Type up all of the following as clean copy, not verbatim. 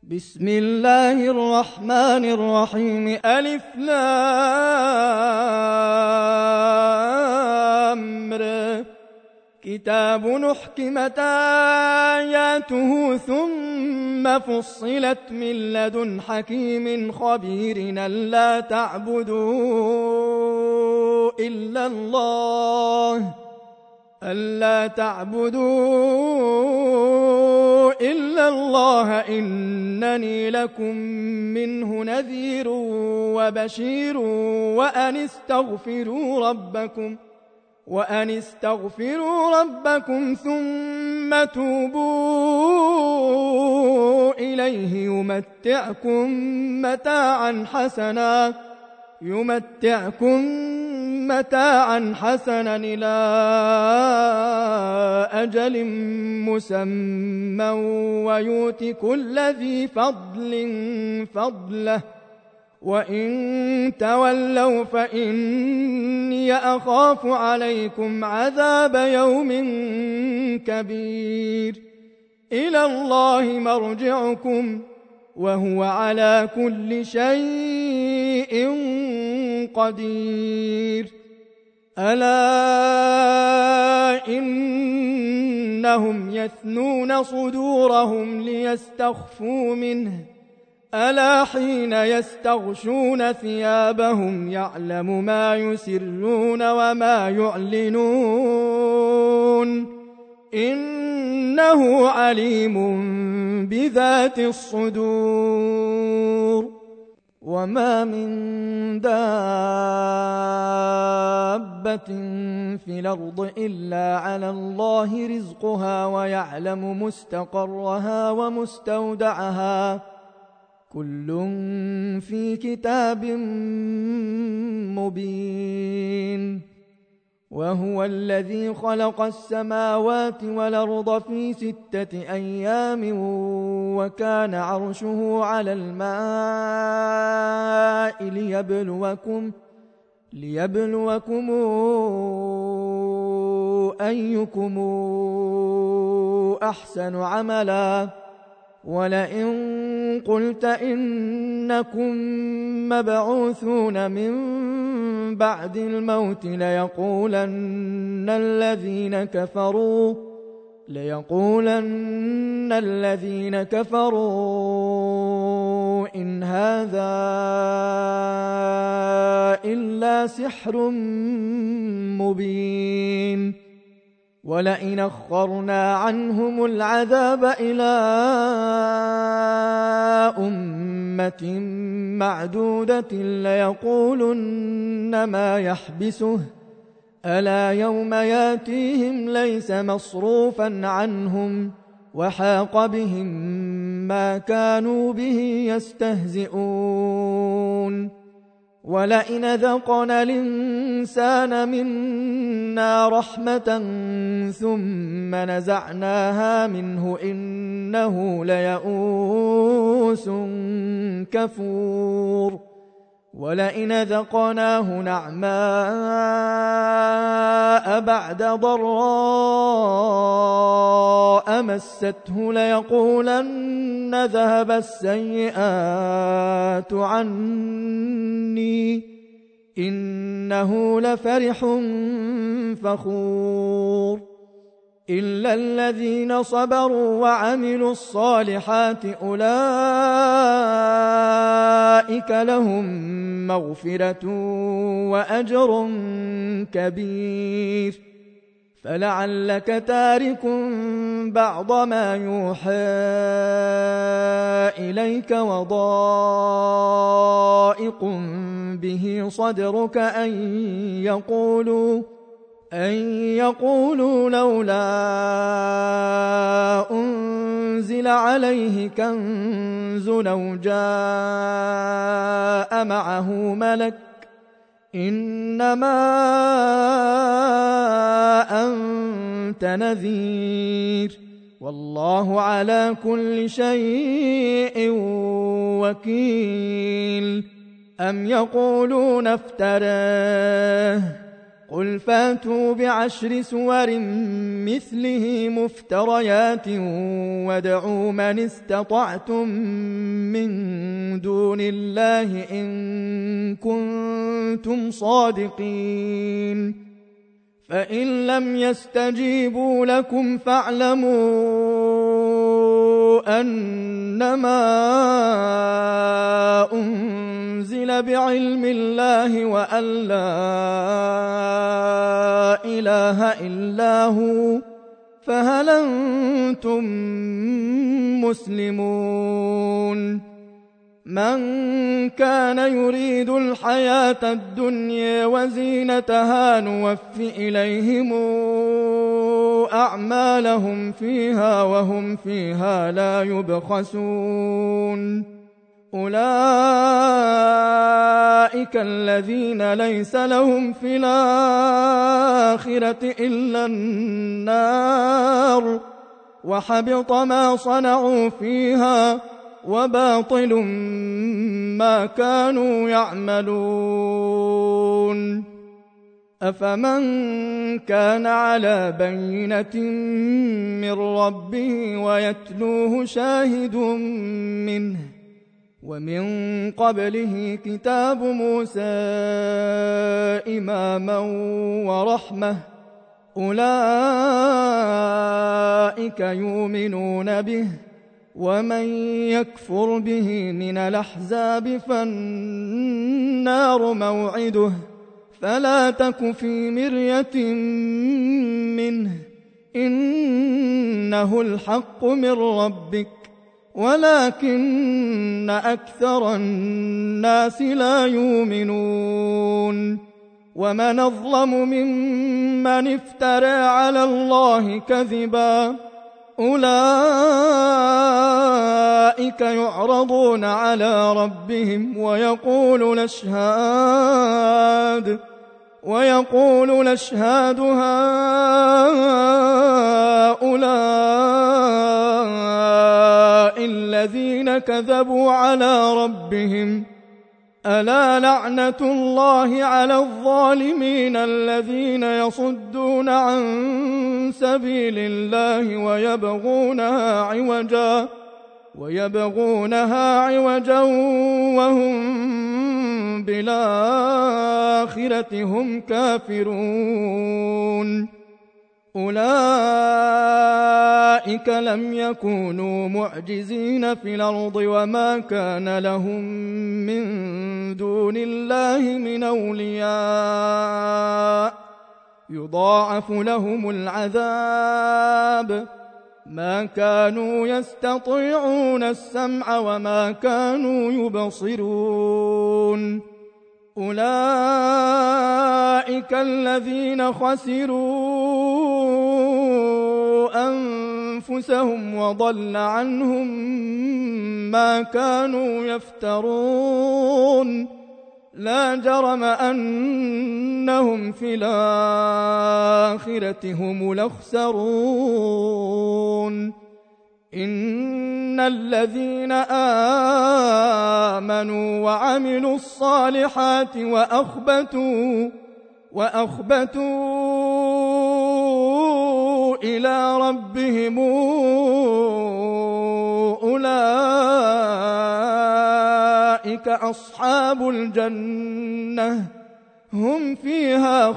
بسم الله الرحمن الرحيم. ألف لام ر. كتاب أحكمت آياته ثم فصلت من لدن حكيم خبير ألا تعبدوا إلا الله إنني لكم منه نذير وبشير وأن استغفروا ربكم ثم توبوا إليه يمتعكم متاعا حسنا إلى أجل مسمى ويؤت كل ذي فضل فضله وإن تولوا فإني أخاف عليكم عذاب يوم كبير. إلى الله مرجعكم وهو على كل شيء قدير. ألا إنهم يثنون صدورهم ليستخفوا منه ألا حين يستغشون ثيابهم يعلم ما يسرون وما يعلنون إنه عليم بذات الصدور. وما من دابة في الأرض إلا على الله رزقها ويعلم مستقرها ومستودعها كل في كتاب مبين. وهو الذي خلق السماوات والأرض في 6 أيام وكان عرشه على الماء ليبلوكم أيكم أحسن عملا. ولئن قلت إنكم مبعوثون من بعد الموت ليقولن الذين كفروا إن هذا إلا سحر مبين. ولئن أخرنا عنهم العذاب إلى أمة معدودة ليقولن ما يحبسه ألا يوم ياتيهم ليس مصروفا عنهم وحاق بهم ما كانوا به يستهزئون. ولئن ذقنا الإنسان منا رحمة ثم نزعناها منه إنه ليئوس كفور. ولئن ذقناه نعماء بعد ضراء مسته ليقولن ذهب السيئات عني إنه لفرح فخور. إلا الذين صبروا وعملوا الصالحات أولئك لهم مغفرة وأجر كبير. فلعلك تارك بعض ما يوحى إليك وضائق به صدرك أن يقولوا لولا أنزل عليه كنز أو جاء معه ملك إنما أنت نذير والله على كل شيء وكيل. أم يقولون افتراه قل فاتوا ب10 سور مثله مفتريات وادعوا من استطعتم من دون الله إن كنتم صادقين فإن لم يستجيبوا لكم فاعلموا أنما أنزل بعلم الله وأن لا إله إلا هو فهل أنتم مسلمون من كان يريد الحياة الدنيا وزينتها نوف إليهم أعمالهم فيها وهم فيها لا يبخسون أولئك الذين ليس لهم في الآخرة إلا النار وحبط ما صنعوا فيها وباطل ما كانوا يعملون أفمن كان على بينة من ربه ويتلوه شاهد منه ومن قبله كتاب موسى إماما ورحمة أولئك يؤمنون به ومن يكفر به من الأحزاب فالنار موعده فلا تك في مرية منه إنه الحق من ربك ولكن أكثر الناس لا يؤمنون ومن أظلم ممن افترى على الله كذبا أولئك يعرضون على ربهم ويقول الأشهاد هؤلاء الذين كذبوا على ربهم ألا لعنة الله على الظالمين الذين يصدون عن سبيل الله ويبغونها عوجا وهم بالآخرة هم كافرون أولئك لم يكونوا معجزين في الأرض وما كان لهم من دون الله من أولياء يضاعف لهم العذاب ما كانوا يستطيعون السمع وما كانوا يبصرون أولئك الذين خسروا أنفسهم وضل عنهم ما كانوا يفترون لا جرم أنهم في الآخرة هم الأخسرون إن الذين آمنوا وعملوا الصالحات وأخبتوا إلى ربهم أولئك أصحاب الجنة هم فيها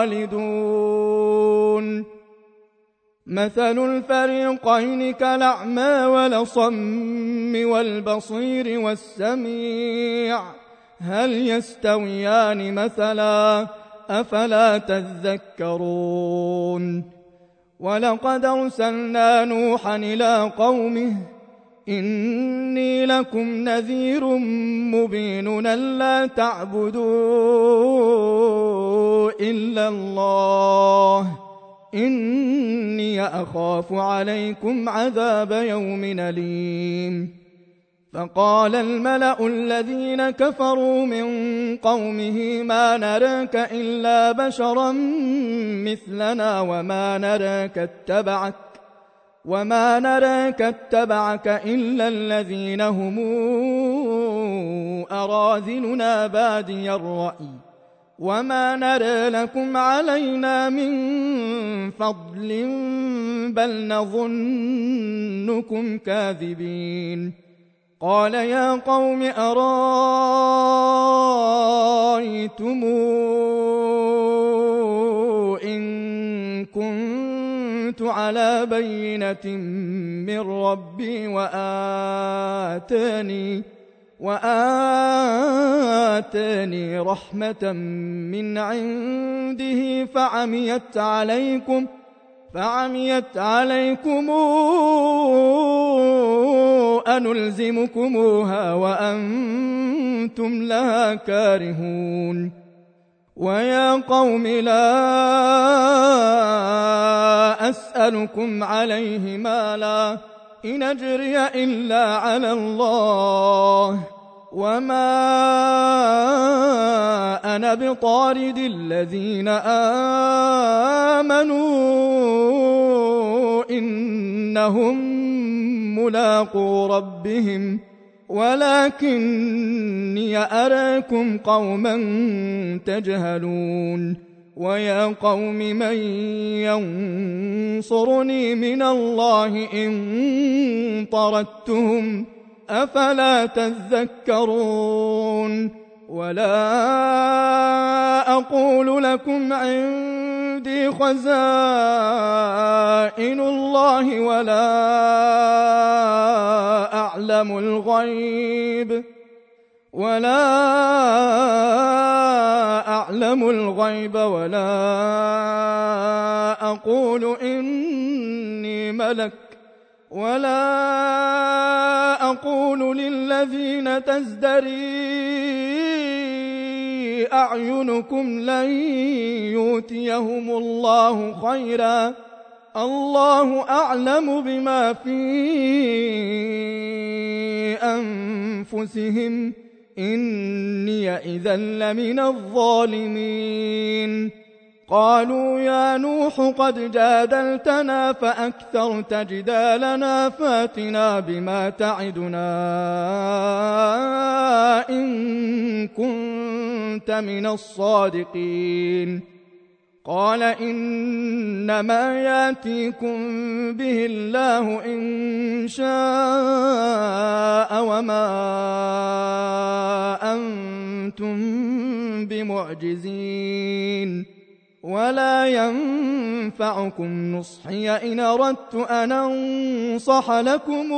خالدون مثل الفريقين كالأعمى والأصم والبصير والسميع هل يستويان مثلا أفلا تذكرون ولقد أرسلنا نوحا إلى قومه إني لكم نذير مبين ألا تعبدوا إلا الله إني أخاف عليكم عذاب يوم أليم فقال الملأ الذين كفروا من قومه ما نراك إلا بشرا مثلنا وما نراك اتبعك إلا الذين هم أراذلنا بادي الرأي وما نرى لكم علينا من فضل بل نظنكم كاذبين قال يا قوم أرأيتم إن كنت على بينة من ربي وآتاني رحمة من عنده فعميت عليكم أنلزمكموها وأنتم لها كارهون ويا قوم لا أسألكم عليه مالا إن أجري إلا على الله وما أنا بطارد الذين آمنوا إنهم ملاقو ربهم ولكني أراكم قوما تجهلون ويا قوم من ينصرني من الله إن طردتهم أفلا تذكرون ولا أقول لكم عندي خزائن الله ولا أعلم الغيب ولا أقول إني ملك ولا أقول للذين تزدري أعينكم لن يؤتيهم الله خيرا الله أعلم بما في أنفسهم إني إذا لمن الظالمين قالوا يا نوح قد جادلتنا فأكثرت جدالنا فاتنا بما تعدنا إن كنت من الصادقين قال إنما ياتيكم به الله إن شاء وما أنتم بمعجزين ولا ينفعكم نصحي إن أردت أن أنصح لكم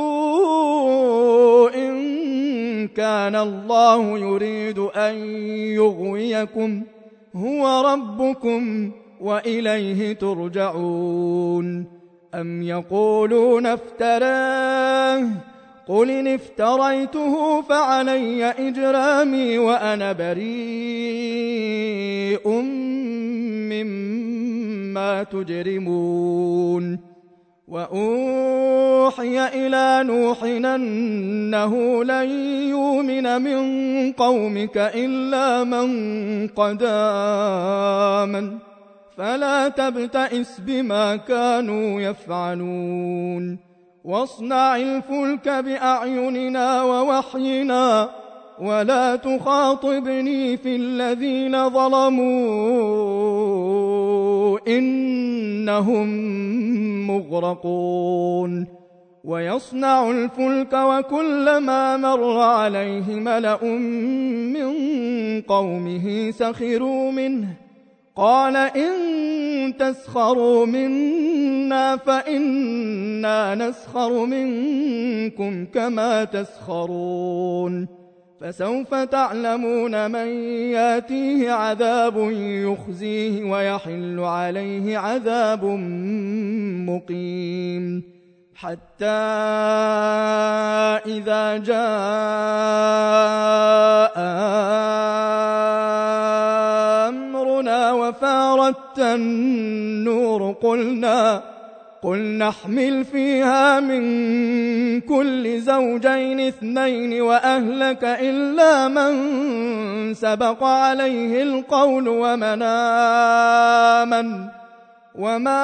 إن كان الله يريد أن يغويكم هو ربكم وإليه ترجعون أم يقولون افتراه قل إن افتريته فعلي إجرامي وأنا بريء مما تجرمون وأوحي إلى نوح أنه لن يؤمن من قومك إلا من قد آمن فلا تبتئس بما كانوا يفعلون واصنع الفلك بأعيننا ووحينا ولا تخاطبني في الذين ظلموا إنهم مغرقون ويصنع الفلك وكلما مر عليه ملأ من قومه سخروا منه قال إن تسخروا منا فإنا نسخر منكم كما تسخرون فسوف تعلمون من ياتيه عذاب يخزيه ويحل عليه عذاب مقيم حتى إذا جاء أمرنا وفارت النور قل نحمل فيها من كل زوجين اثنين وأهلك إلا من سبق عليه القول وما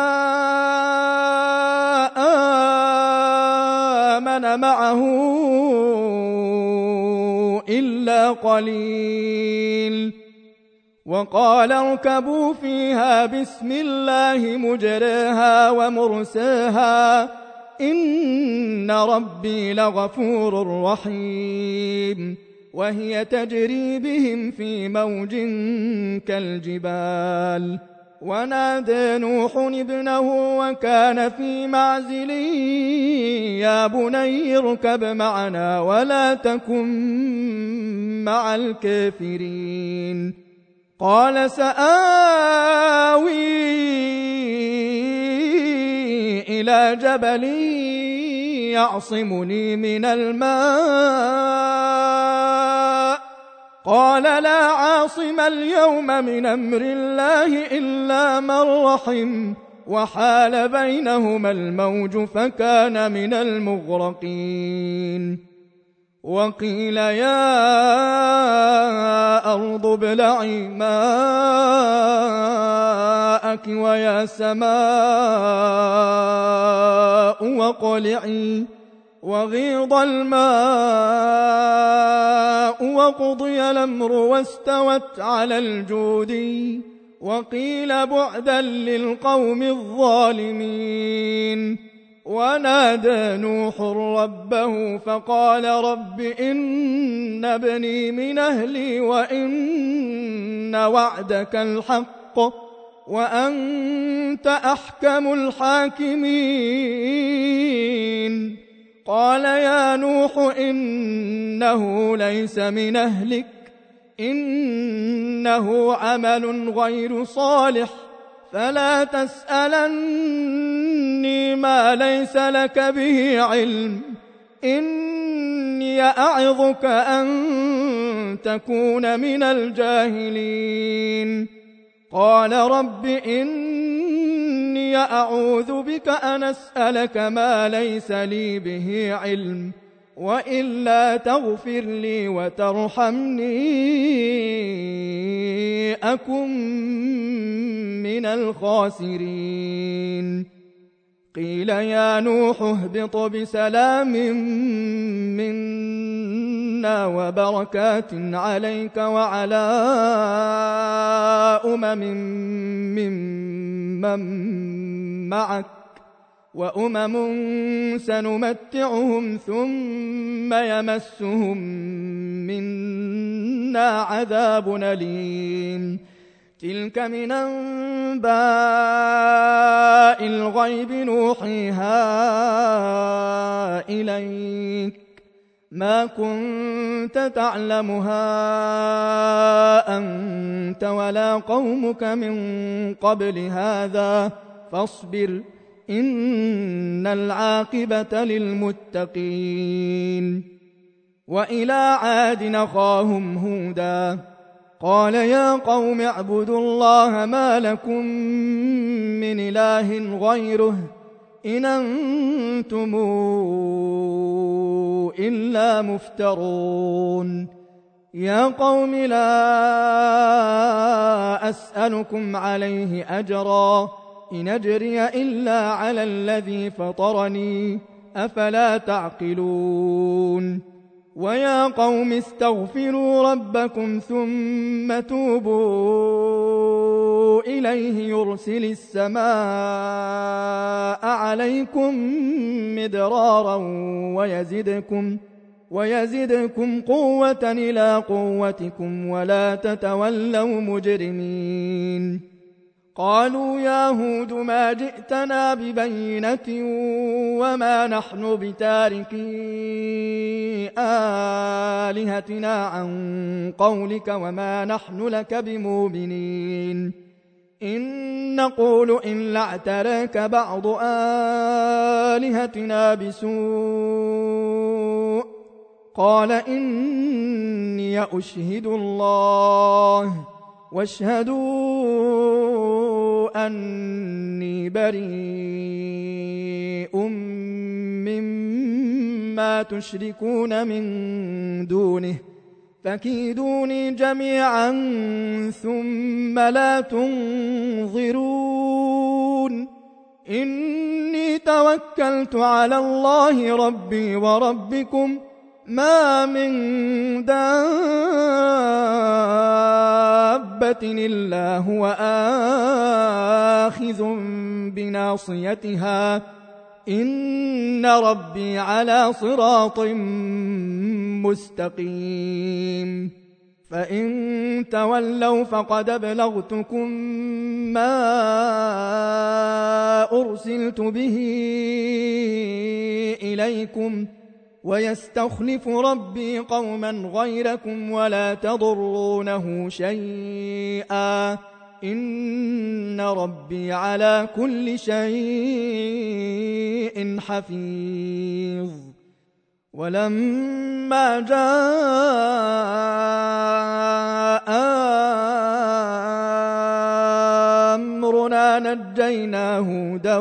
آمن معه إلا قليل وقال اركبوا فيها بسم الله مجريها ومرساها إن ربي لغفور رحيم وهي تجري بهم في موج كالجبال ونادى نوح ابنه وكان في معزل يا بني اركب معنا ولا تكن مع الكافرين قال سآوي إلى جبل يعصمني من الماء قال لا عاصم اليوم من أمر الله إلا من رحم وحال بينهما الموج فكان من المغرقين وقيل يا أرض ابلعي ماءك ويا سماء وقلعي وغيض الماء وقضي الأمر واستوت على الجودي وقيل بعدا للقوم الظالمين ونادى نوح ربه فقال رب إن ابني من أهلي وإن وعدك الحق وأنت أحكم الحاكمين قال يا نوح إنه ليس من أهلك إنه عمل غير صالح فلا تسألني ما ليس لك به علم إني أعظك أن تكون من الجاهلين قال رب إني أعوذ بك أن أسألك ما ليس لي به علم وإلا تغفر لي وترحمني أكن من الخاسرين قيل يا نوح اهبط بسلام منا وبركات عليك وعلى ممن معك وأمم سنمتعهم ثم يمسهم منا عذاب أليم تلك من أنباء الغيب نوحيها إليك ما كنت تعلمها أنت ولا قومك من قبل هذا فاصبر إن العاقبة للمتقين وإلى عاد أخاهم هودا قال يا قوم اعبدوا الله ما لكم من إله غيره إن أنتم إلا مفترون يا قوم لا أسألكم عليه أجرا إن أجري إلا على الذي فطرني أفلا تعقلون ويا قوم استغفروا ربكم ثم توبوا إليه يرسل السماء عليكم مدرارا ويزدكم قوة إلى قوتكم ولا تتولوا مجرمين قالوا يا هود ما جئتنا ببينة وما نحن بتاركي آلهتنا عن قولك وما نحن لك بمؤمنين إن نقول إلا اعتراك بعض آلهتنا بسوء قال إني أشهد الله واشهدوا أني بريء مما تشركون من دونه فكيدوني جميعا ثم لا تنظرون إني توكلت على الله ربي وربكم ما من دابة دابة إلا هو آخذ بناصيتها إن ربي على صراط مستقيم فإن تولوا فقد أبلغتكم ما أرسلت به إليكم ويستخلف ربي قوما غيركم ولا تضرونه شيئا إن ربي على كل شيء حفيظ. ولما جاء أمرنا نجينا هودا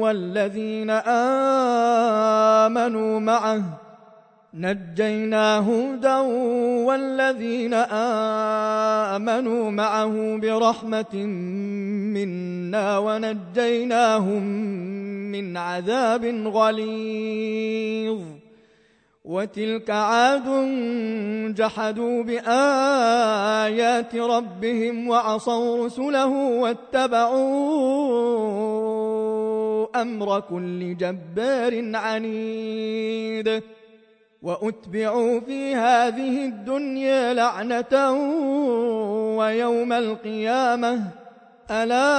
والذين آمنوا معه برحمة منا ونجيناهم من عذاب غليظ. وتلك عاد جحدوا بآيات ربهم وعصوا رسله واتبعوا أمر كل جبار عنيد. وأتبعوا في هذه الدنيا لعنة ويوم القيامة ألا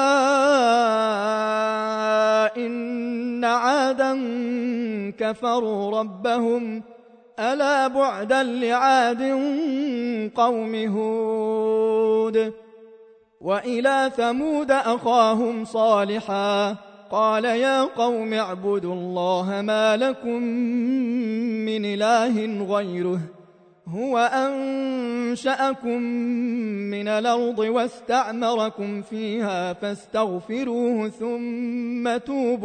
إن عادا كفروا ربهم ألا بعدا لعاد قوم هود. وإلى ثمود أخاهم صالحا قال يا قوم اعبدوا الله ما لكم من إله غيره هو أنشأكم من الأرض واستعمركم فيها فاستغفروه ثم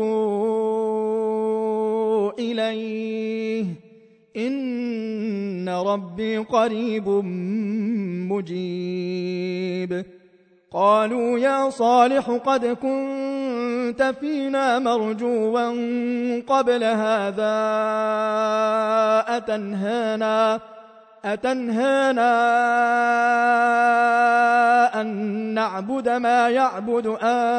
توبوا إليه إن ربي قريب مجيب. قالوا يا صالح قد كنت فينا مرجوا قبل هذا أتنهانا أن نعبد ما يعبد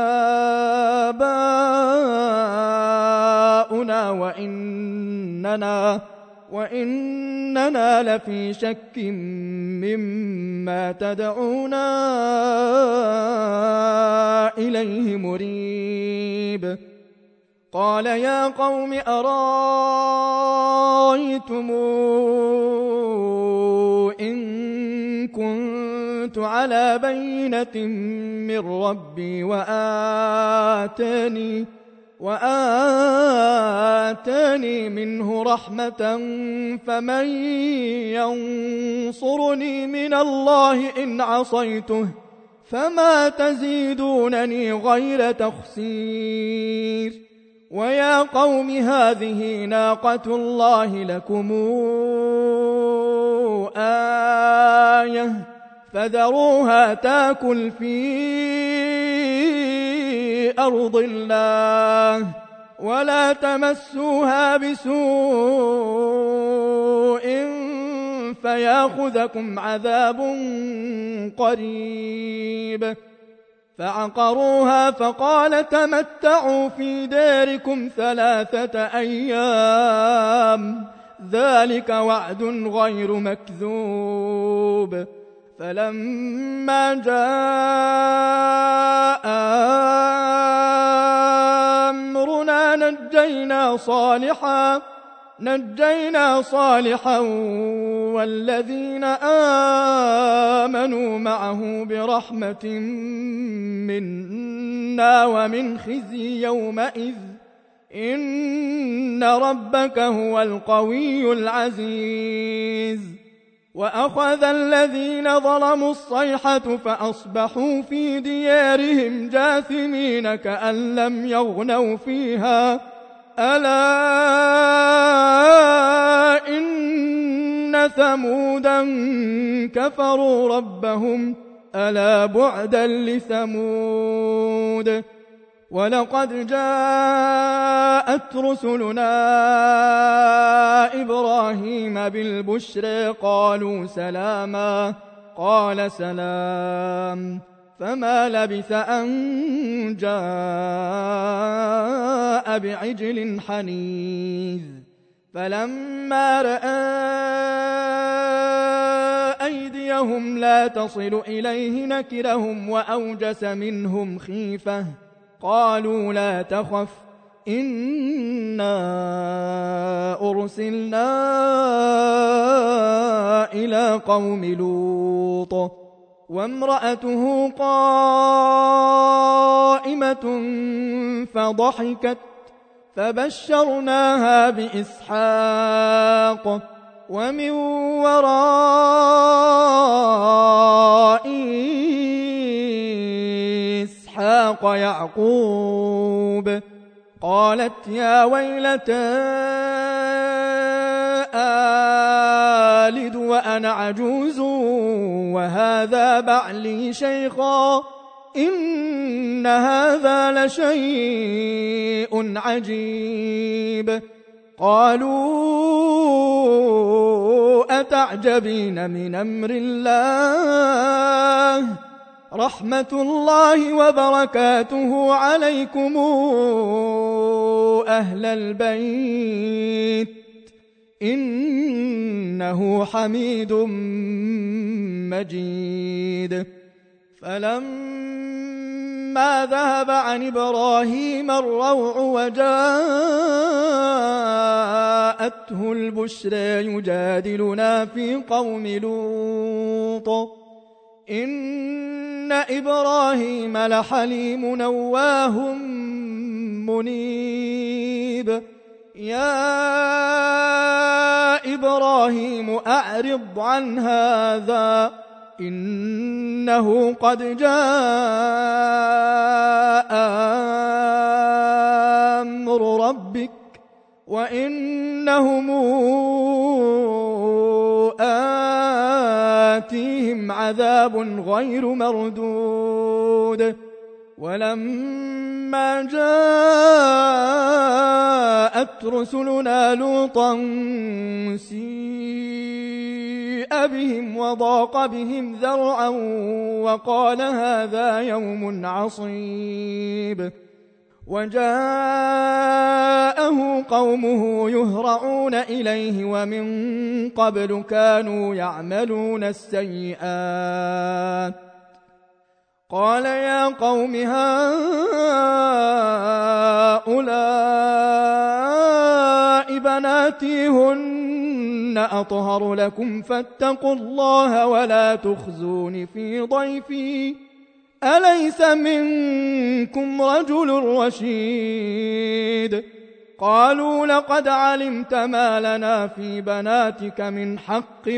آباؤنا وإننا لفي شك مما تدعونا إليه مريب. قال يا قوم أرايتم إن كنت على بينة من ربي وآتاني منه رحمة فمن ينصرني من الله إن عصيته فما تزيدونني غير تخسير. ويا قوم هذه ناقة الله لكم آية فذروها تاكل في أرض الله ولا تمسوها بسوء فياخذكم عذاب قريب. فعقروها فقال تمتعوا في داركم 3 أيام ذلك وعد غير مكذوب. فلما جاء أمرنا نجينا صالحا والذين آمنوا معه برحمة منا ومن خزي يومئذ إن ربك هو القوي العزيز. وأخذ الذين ظلموا الصيحة فأصبحوا في ديارهم جاثمين كأن لم يغنوا فيها ألا إن ثمودا كفروا ربهم ألا بعدا لثمود. ولقد جاءت رسلنا إبراهيم بالبشرى قالوا سلاما قال سلام فما لبث أن جاء بعجل حنيذ فلما رأى أيديهم لا تصل إليه نكرهم وأوجس منهم خيفة قالوا لا تخف إنا أرسلنا إلى قوم لوط وامرأته قائمة فضحكت فبشرناها بإسحاق ومن وراء إسحاق يعقوب قالت يا ويلتى آلد وأنا عجوز وهذا بعلي شيخا إن هذا لشيء عجيب قالوا أتعجبين من أمر الله رحمة الله وبركاته عليكم أهل البيت إنه حميد مجيد فلما ذهب عن إبراهيم الروع وجاءته البشرى يجادلنا في قوم لوط إن إبراهيم لحليم نواه منيب يا إبراهيم أعرض عن هذا إنه قد جاء أمر ربك وإنهم آتيهم عذاب غير مردود ولما جاءت رسلنا لوطا سيء بهم وضاق بهم ذرعا وقال هذا يوم عصيب وجاءه قومه يهرعون إليه ومن قبل كانوا يعملون السيئات قال يا قوم هؤلاء بناتي هن أطهر لكم فاتقوا الله ولا تخزون في ضيفي أليس منكم رجل رشيد قالوا لقد علمت ما لنا في بناتك من حق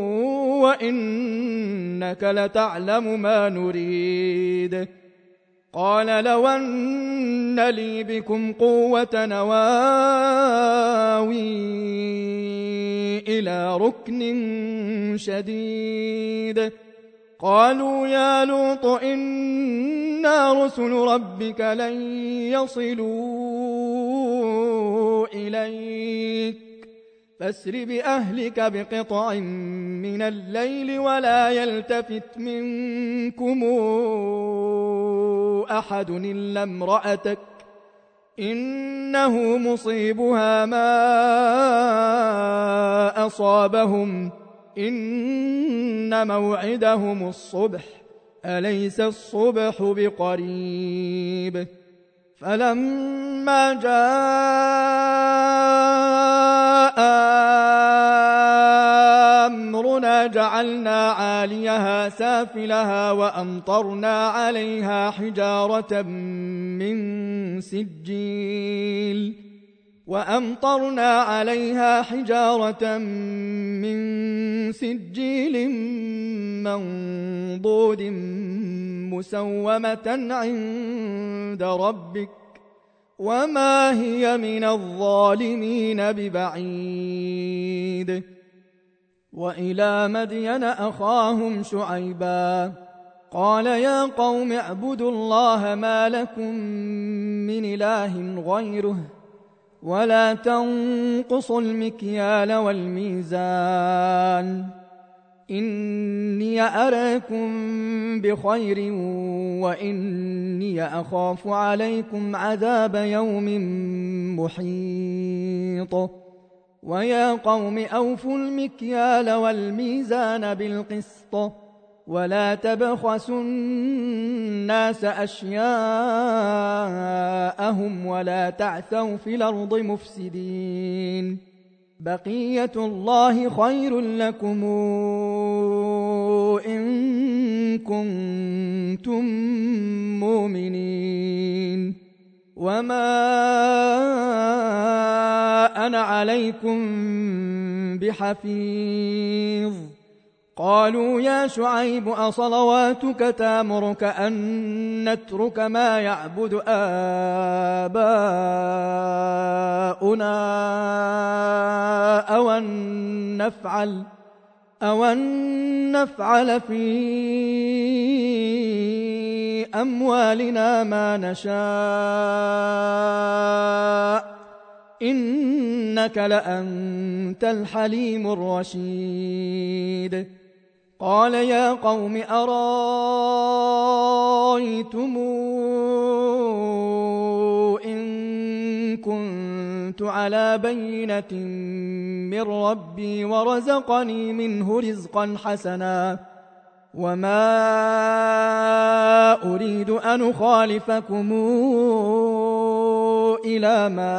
وإنك لتعلم ما نريد قال لو أن لي بكم قوة نواوي إلى ركن شديد قالوا يا لوط إنا رسل ربك لن يصلوا إليك فاسر بأهلك بقطع من الليل ولا يلتفت منكم أحد إلا امرأتك إنه مصيبها ما أصابهم إن موعدهم الصبح أليس الصبح بقريب فلما جاء أمرنا جعلنا عاليها سافلها وأمطرنا عليها حجارة من سجيل منضود مسومة عند ربك وما هي من الظالمين ببعيد وإلى مدين أخاهم شعيبا قال يا قوم اعبدوا الله ما لكم من إله غيره ولا تنقصوا المكيال والميزان إني أراكم بخير وإني أخاف عليكم عذاب يوم محيط ويا قوم أوفوا المكيال والميزان بالقسط ولا تبخسوا الناس أشياءهم ولا تعثوا في الأرض مفسدين بقية الله خير لكم إن كنتم مؤمنين وما أنا عليكم بحفيظ قالوا يا شعيب أصلواتك تامرك أن نترك ما يعبد آباؤنا أو أن نفعل في أموالنا ما نشاء إنك لأنت الحليم الرشيد قال يا قوم أرأيتم إن كنت على بينة من ربي ورزقني منه رزقا حسنا وما أريد أن أخالفكم إلى ما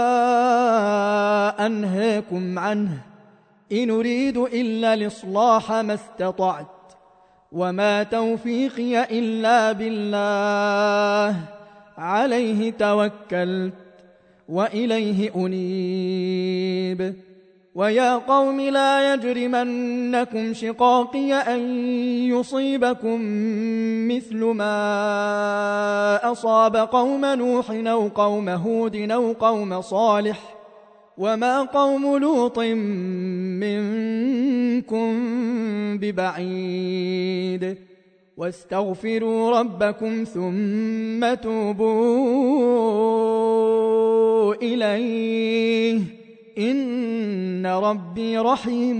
أنهاكم عنه إن أريد إلا الإصلاح ما استطعت وما توفيقي إلا بالله عليه توكلت وإليه أنيب ويا قوم لا يجرمنكم شقاقي أن يصيبكم مثل ما أصاب قوم نوح أو قوم هود أو قوم صالح وما قوم لوط منكم ببعيد واستغفروا ربكم ثم توبوا إليه إن ربي رحيم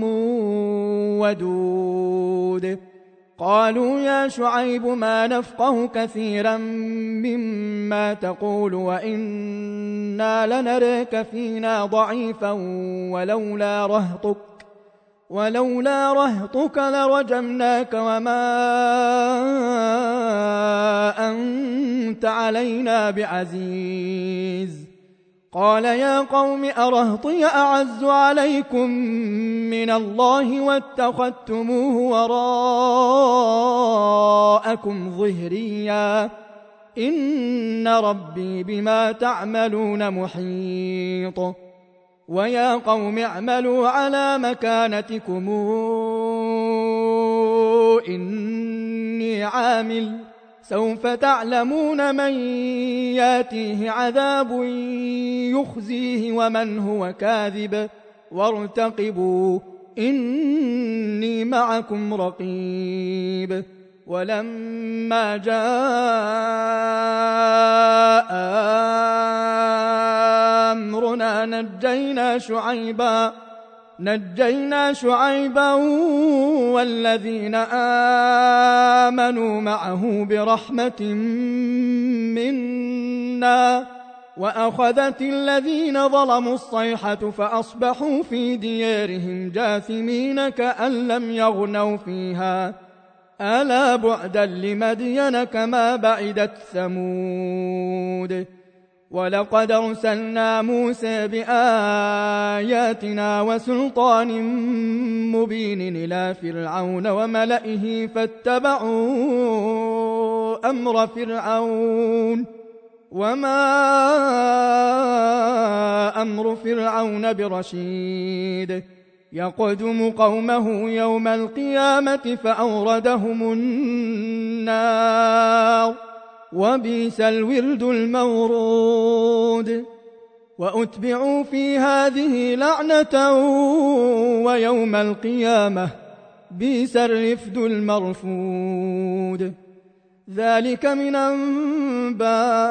ودود قالوا يا شعيب ما نفقه كثيرا مما تقول وإنا لنراك فينا ضعيفا ولولا رهطك لرجمناك وما أنت علينا بعزيز قال يا قوم أرهطي أعز عليكم من الله واتخذتموه وراءكم ظهريا إن ربي بما تعملون محيط ويا قوم اعملوا على مكانتكم إني عامل سوف تعلمون من ياتيه عذاب يخزيه ومن هو كاذب وارتقبوا إني معكم رقيب ولما جاء أمرنا نجينا شعيبا والذين آمنوا معه برحمة منا وأخذت الذين ظلموا الصيحة فأصبحوا في ديارهم جاثمين كأن لم يغنوا فيها ألا بعدا لمدين كما بعدت ثمود ولقد أرسلنا موسى بآياتنا وسلطان مبين إلى فرعون وملئه فاتبعوا أمر فرعون وما أمر فرعون برشيد يقدم قومه يوم القيامة فأوردهم النار وبئس الورد المورود وأتبعوا في هذه لعنة ويوم القيامة بئس الرفد المرفود ذلك من أنباء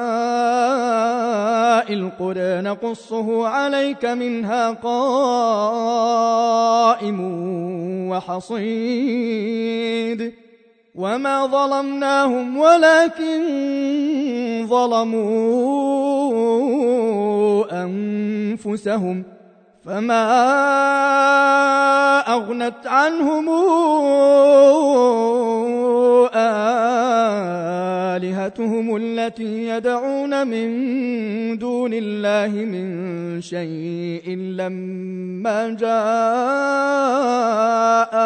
القرى نقصه عليك منها قائم وحصيد وما ظلمناهم ولكن ظلموا أنفسهم فما أغنت عنهم آلهتهم التي يدعون من دون الله من شيء لما جاء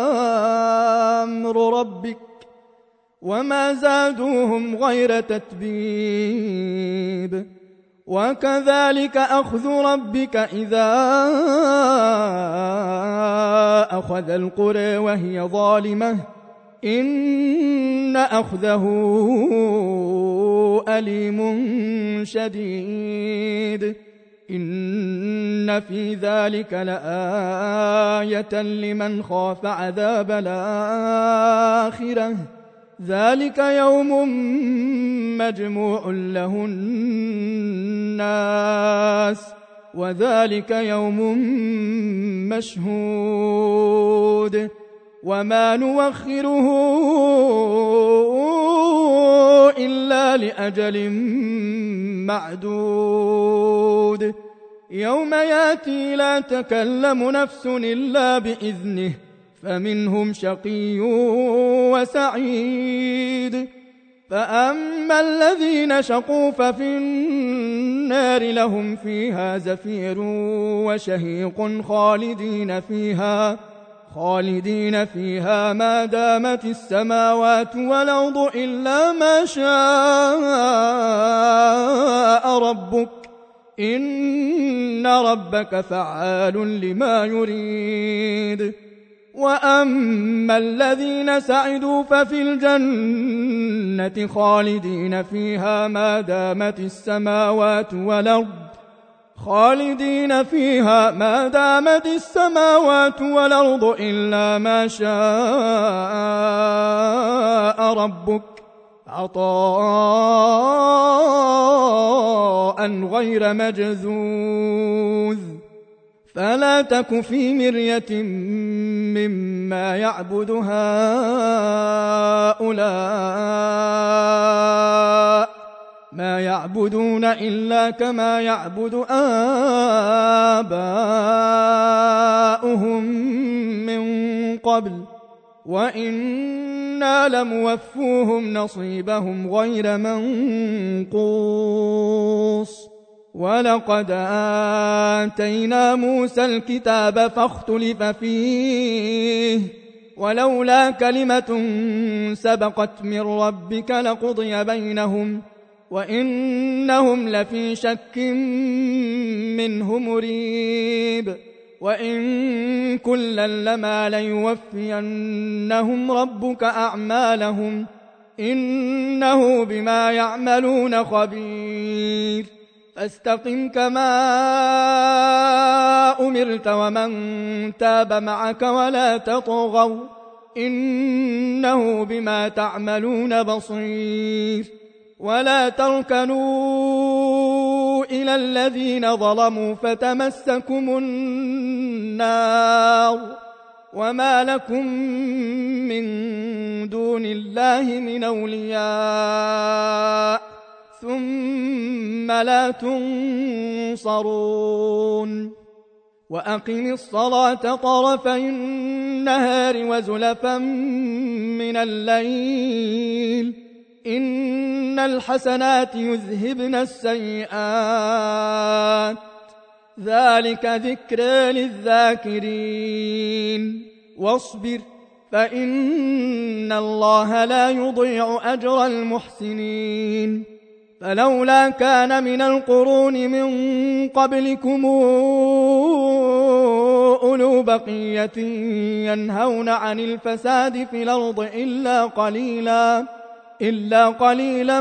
أمر ربك وما زادوهم غير تتبيب وكذلك أخذ ربك إذا أخذ القرى وهي ظالمة إن أخذه أليم شديد إن في ذلك لآية لمن خاف عذاب الآخرة ذلك يوم مجموع له الناس وذلك يوم مشهود وما نوخره إلا لأجل معدود يوم يأتي لا تكلم نفس إلا بإذنه فمنهم شقي وسعيد فأما الذين شقوا ففي النار لهم فيها زفير وشهيق خالدين فيها ما دامت السماوات والأرض إلا ما شاء ربك إن ربك فعال لما يريد وأما الذين سعدوا ففي الجنة خالدين فيها ما دامت السماوات والأرض إلا ما شاء ربك عطاء غير مجذوذ فلا تك في مرية مما يعبد هؤلاء ما يعبدون إلا كما يعبد آباؤهم من قبل وإنا لموفوهم نصيبهم غير منقوص ولقد آتينا موسى الكتاب فاختلف فيه ولولا كلمة سبقت من ربك لقضي بينهم وإنهم لفي شك منه مريب وإن كلا لما ليوفينهم ربك أعمالهم إنه بما يعملون خبير فاستقم كما أمرت ومن تاب معك ولا تطغوا إنه بما تعملون بصير ولا تركنوا إلى الذين ظلموا فتمسكم النار وما لكم من دون الله من أولياء ثم لا تنصرون وأقم الصلاة طرفي النهار وزلفا من الليل إن الحسنات يذهبن السيئات ذلك ذكرى للذاكرين واصبر فإن الله لا يضيع أجر المحسنين فلولا كان من القرون من قبلكم أولو بقية ينهون عن الفساد في الأرض إلا قليلا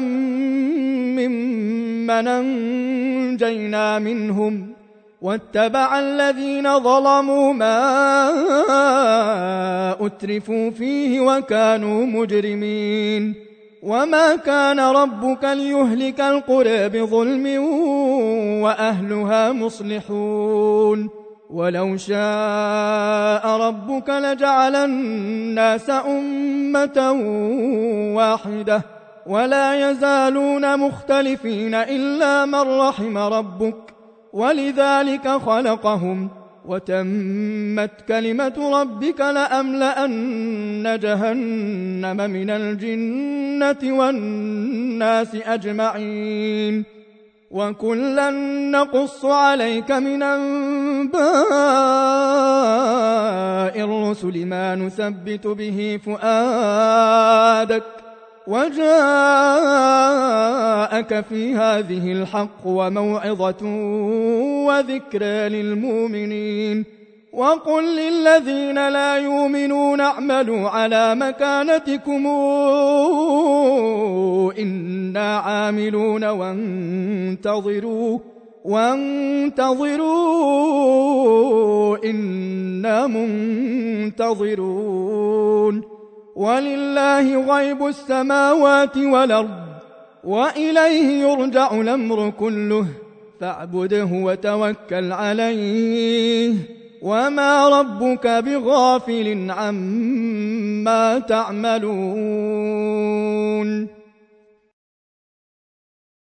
ممن أنجينا منهم واتبع الذين ظلموا ما أترفوا فيه وكانوا مجرمين وما كان ربك ليهلك القرى بظلم وأهلها مصلحون ولو شاء ربك لجعل الناس أمة واحدة ولا يزالون مختلفين إلا من رحم ربك ولذلك خلقهم وتمت كلمة ربك لأملأن جهنم من الجنة والناس أجمعين وكلا نقص عليك من أنباء الرسل ما نثبت به فؤادك وجاءك في هذه الحق وموعظة وذكرى للمؤمنين وقل للذين لا يؤمنون اعملوا على مكانتكم إنا عاملون وانتظروا إنا منتظرون ولله غيب السماوات والأرض وإليه يرجع الأمر كله فاعبده وتوكل عليه وما ربك بغافل عما تعملون